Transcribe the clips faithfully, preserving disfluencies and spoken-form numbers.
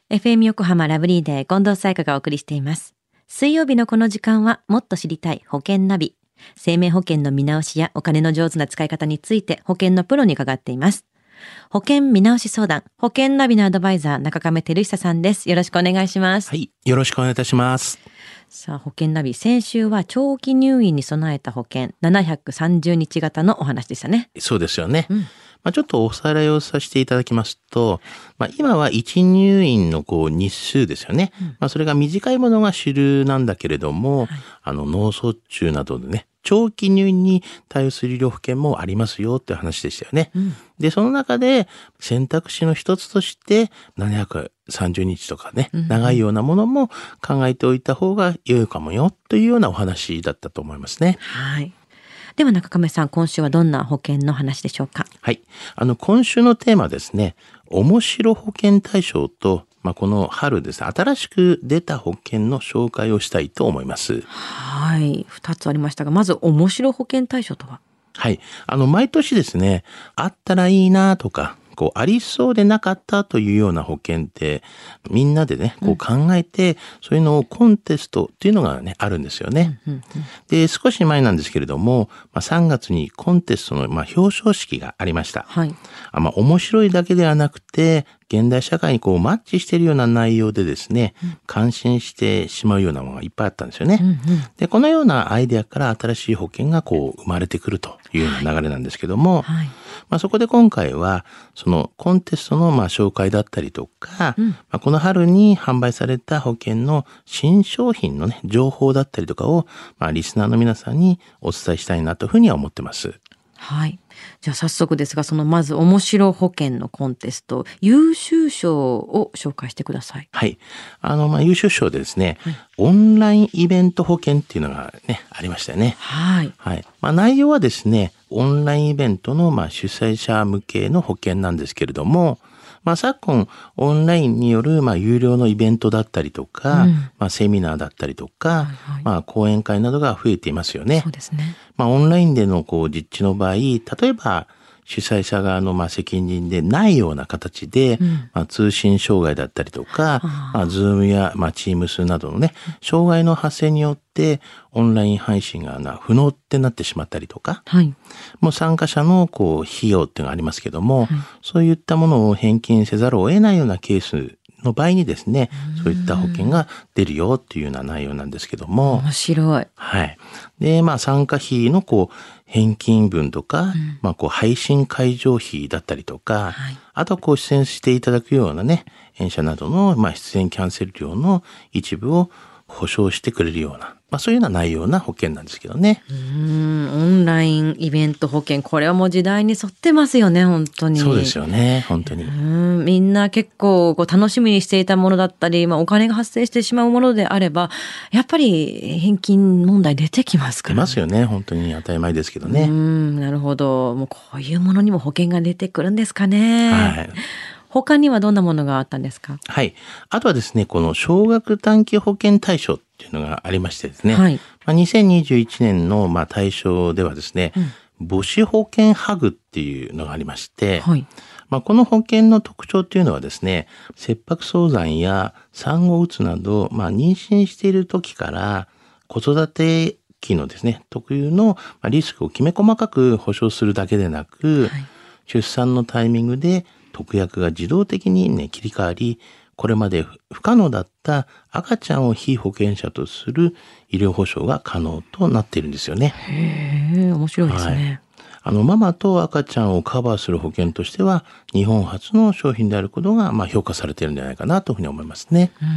エフエム 横浜ラブリーデー近藤紗友香がお送りしています。水曜日のこの時間はもっと知りたい保険ナビ。生命保険の見直しやお金の上手な使い方について保険のプロに伺っています。保険見直し相談、保険ナビのアドバイザー中亀照久さんです。よろしくお願いします。 はい、よろしくお願いいたします。 さあ、保険ナビ、先週は長期入院に備えた保険ななひゃくさんじゅうにち型のお話でしたね。 そうですよね。 うんまあ、ちょっとおさらいをさせていただきますと、まあ、今はいち入院のこう日数ですよね。うんまあ、それが短いものが主流なんだけれども、はい、あの脳卒中などでね、長期入院に対応する医療保険もありますよっていう話でしたよね。うん、で、その中で選択肢の一つとしてななひゃくさんじゅうにちとかね、うん、長いようなものも考えておいた方が良いかもよというようなお話だったと思いますね。 はい。では中亀さん、今週はどんな保険の話でしょうか。 はい。あの、今週のテーマですね、面白保険対象と、まあ、この春ですね、新しく出た保険の紹介をしたいと思います。 はい。二つありましたが、まず面白保険対象とは。 はい。あの、毎年ですね、あったらいいなとか、こうありそうでなかったというような保険ってみんなでねこう考えて、うん、そういうのをコンテストっていうのがねあるんですよね。うんうんうん、で少し前なんですけれども、まあ、さんがつにコンテストのまあ表彰式がありました。はい、あまあ、面白いだけではなくて現代社会にこうマッチしているような内容でですね、うん、感心してしまうようなものがいっぱいあったんですよね。うんうん、でこのようなアイデアから新しい保険がこう生まれてくるというような流れなんですけども、はいはいまあ、そこで今回はそのコンテストのまあ紹介だったりとか、うんまあ、この春に販売された保険の新商品のね情報だったりとかをまあリスナーの皆さんにお伝えしたいなというふうには思ってます。 はい。じゃあ早速ですが、そのまず面白保険のコンテスト優秀賞を紹介してください。 はい。あのまあ優秀賞でですね、はい、オンラインイベント保険っていうのがねありましたよね。はい。はい。まあ内容はですね、オンラインイベントのまあ主催者向けの保険なんですけれども、まあ、昨今オンラインによるまあ有料のイベントだったりとか、うんまあ、セミナーだったりとか、はいはいまあ、講演会などが増えていますよね。 そうですね。 まあ、オンラインでのこう実地の場合、例えば主催者側のまあ責任でないような形で、うんまあ、通信障害だったりとか、まあ、Zoom やまあ Teams などのね、障害の発生によってオンライン配信がな不能ってなってしまったりとか、はい、もう参加者のこう費用っていうのがありますけども、はい、そういったものを返金せざるを得ないようなケースの場合にですね、そういった保険が出るよっていうような内容なんですけども。 面白い。 はい。で、まあ参加費のこう返金分とか、うん、まあこう配信会場費だったりとか、はい、あとこう出演していただくようなね、演者などのまあ出演キャンセル料の一部を保証してくれるような、まあそういうような内容な保険なんですけどね。 うーん、オンラインイベント保険、これはもう時代に沿ってますよね、本当に。 そうですよね、本当に。 うーん、みんな結構こう楽しみにしていたものだったり、まあお金が発生してしまうものであれば、やっぱり返金問題出てきますから、 ね。出ますよね、本当に当たり前ですけどね。 うーん、なるほど。もうこういうものにも保険が出てくるんですかね。はい。他にはどんなものがあったんですか？ はい。あとはですね、この少額短期保険対象っていうのがありましてですね。はい。まあ、にせんにじゅういちねんのまあ対象ではですね、うん、母子保険ハグっていうのがありまして、はい。まあ、この保険の特徴っていうのはですね、切迫早産や産後うつなど、まあ、妊娠している時から子育て期のですね、特有のリスクをきめ細かく保証するだけでなく、はい、出産のタイミングで特約が自動的にね、切り替わり、これまで不可能だった赤ちゃんを被保険者とする医療保障が可能となっているんですよね。 へえ、面白いですね。はい、 あの、ママと赤ちゃんをカバーする保険としては、日本初の商品であることが、まあ、評価されているんじゃないかなというふうに思いますね。 うん、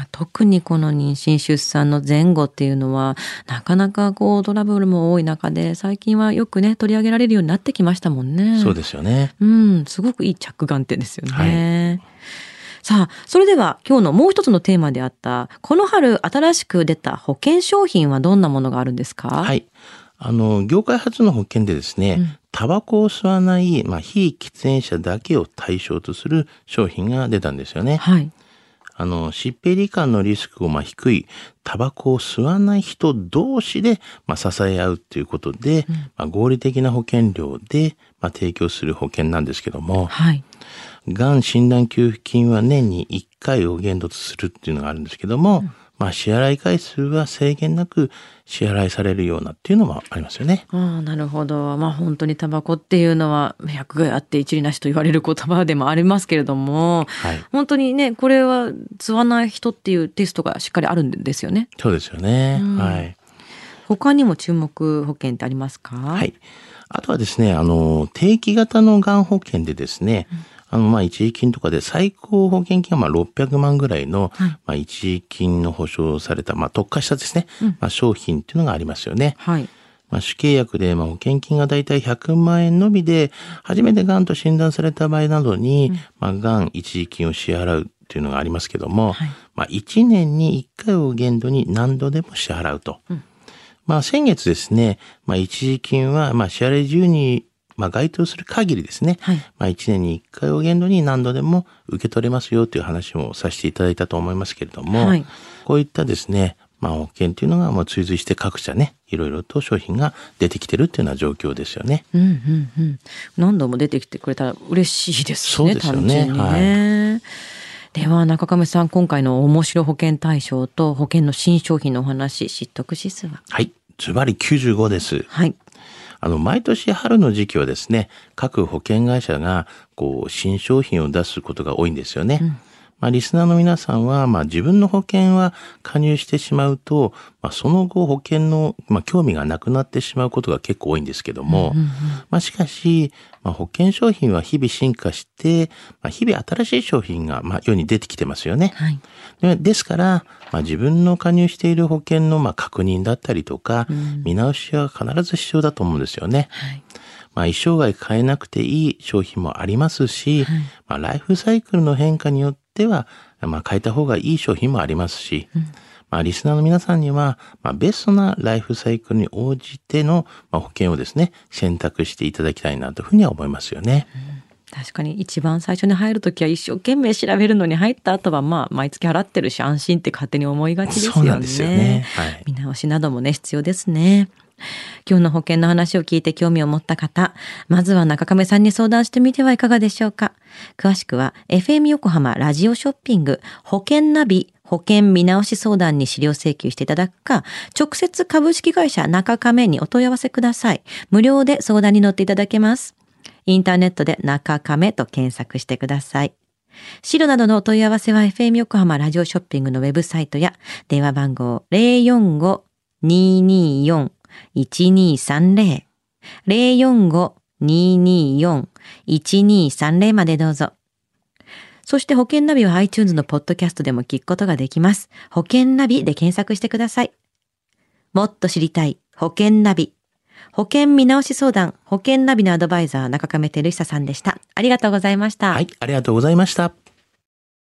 特にこの妊娠出産の前後っていうのは、なかなかこうトラブルも多い中で、最近はよくね、取り上げられるようになってきましたもんね。 そうですよね。 うん、すごくいい着眼点ですよね。はい、さあ、それでは今日のもう一つのテーマであった、この春新しく出た保険商品はどんなものがあるんですか？ はい。あの、業界初の保険でですね、うん、タバコを吸わない、まあ、非喫煙者だけを対象とする商品が出たんですよね。はい。 あの、疾病罹患のリスクをまあ低いタバコを吸わない人同士でまあ支え合うということで、うん、まあ、合理的な保険料でまあ提供する保険なんですけども、 はい。 がん診断給付金は年にいっかいを限度とするっていうのがあるんですけども、うん、まあ支払い回数は制限なく支払いされるようなっていうのもありますよね。 ああ、なるほど。まあ本当にタバコっていうのは百害あって一理なしと言われる言葉でもありますけれども、はい、本当にね、これは吸わない人っていうテストがしっかりあるんですよね。 そうですよね。うん、はい。 他にも注目保険ってありますか？ はい。あとはですね、あの、定期型のがん保険でですね、うん、あの、まあ、一時金とかで最高保険金はまあろっぴゃくまんぐらいの、はい、まあ、一時金の保証された、まあ、特化したですね、うん、まあ、商品っていうのがありますよね。 はい。 まあ、主契約で、まあ、保険金がだいたいひゃくまんえんのみで、初めてがんと診断された場合などに、うん、まあ、がん一時金を支払うっていうのがありますけども、はい、まあ、いちねんにいっかいを限度に何度でも支払うと。うん、まあ、先月ですね、まあ、一時金は、まあ、支払い自由に、まあ、該当する限りですね、はい、まあ、いちねんにいっかいを限度に何度でも受け取れますよという話もさせていただいたと思いますけれども、はい、こういったですね、まあ、保険というのがもう追随して各社ね、いろいろと商品が出てきてるっていうような状況ですよね。 うんうんうん。何度も出てきてくれたら嬉しいですね。 そうですよね。 単純にね。はい、では中亀さん、今回の面白保険対象と保険の新商品のお話、知得指数は？ はい。ズバリきゅうじゅうごです。 はい。 あの、毎年春の時期はですね、各保険会社が、こう、新商品を出すことが多いんですよね。うん、まあ、リスナーの皆さんは、まあ、自分の保険は加入してしまうと、まあ、その後保険の、まあ、興味がなくなってしまうことが結構多いんですけども、うんうんうん、まあ、しかし、まあ、保険商品は日々進化して、まあ、日々新しい商品が、まあ、世に出てきてますよね。はい、でですから、まあ、自分の加入している保険の、まあ、確認だったりとか、うん、見直しは必ず必要だと思うんですよね。はい、まあ、一生涯買えなくていい商品もありますし、はい、まあ、ライフサイクルの変化によってでは、まあ、変えた方がいい商品もありますし、うん、まあ、リスナーの皆さんには、まあ、ベストなライフサイクルに応じての、まあ、保険をですね、選択していただきたいなというふうには思いますよね。 うん、確かに一番最初に入るときは一生懸命調べるのに、入った後はまあ毎月払ってるし安心って勝手に思いがちですよね。 そうなんですよね。はい、 見直しなどもね、必要ですね。今日の保険の話を聞いて興味を持った方、まずは中亀さんに相談してみてはいかがでしょうか。詳しくは エフエム 横浜ラジオショッピング保険ナビ保険見直し相談に資料請求していただくか、直接株式会社中亀にお問い合わせください。無料で相談に乗っていただけます。インターネットで中亀と検索してください。資料などのお問い合わせは エフエム 横浜ラジオショッピングのウェブサイトや電話番号 ゼロよんご にーにーよん いちにーさんゼロ ゼロよんご にーにーよん いちにーさんゼロ までどうぞ。そして保険ナビは iTunes のポッドキャストでも聞くことができます。保険ナビで検索してください。もっと知りたい保険ナビ。保険見直し相談、保険ナビのアドバイザー中亀照久さんでした。ありがとうございました。 はい、ありがとうございました。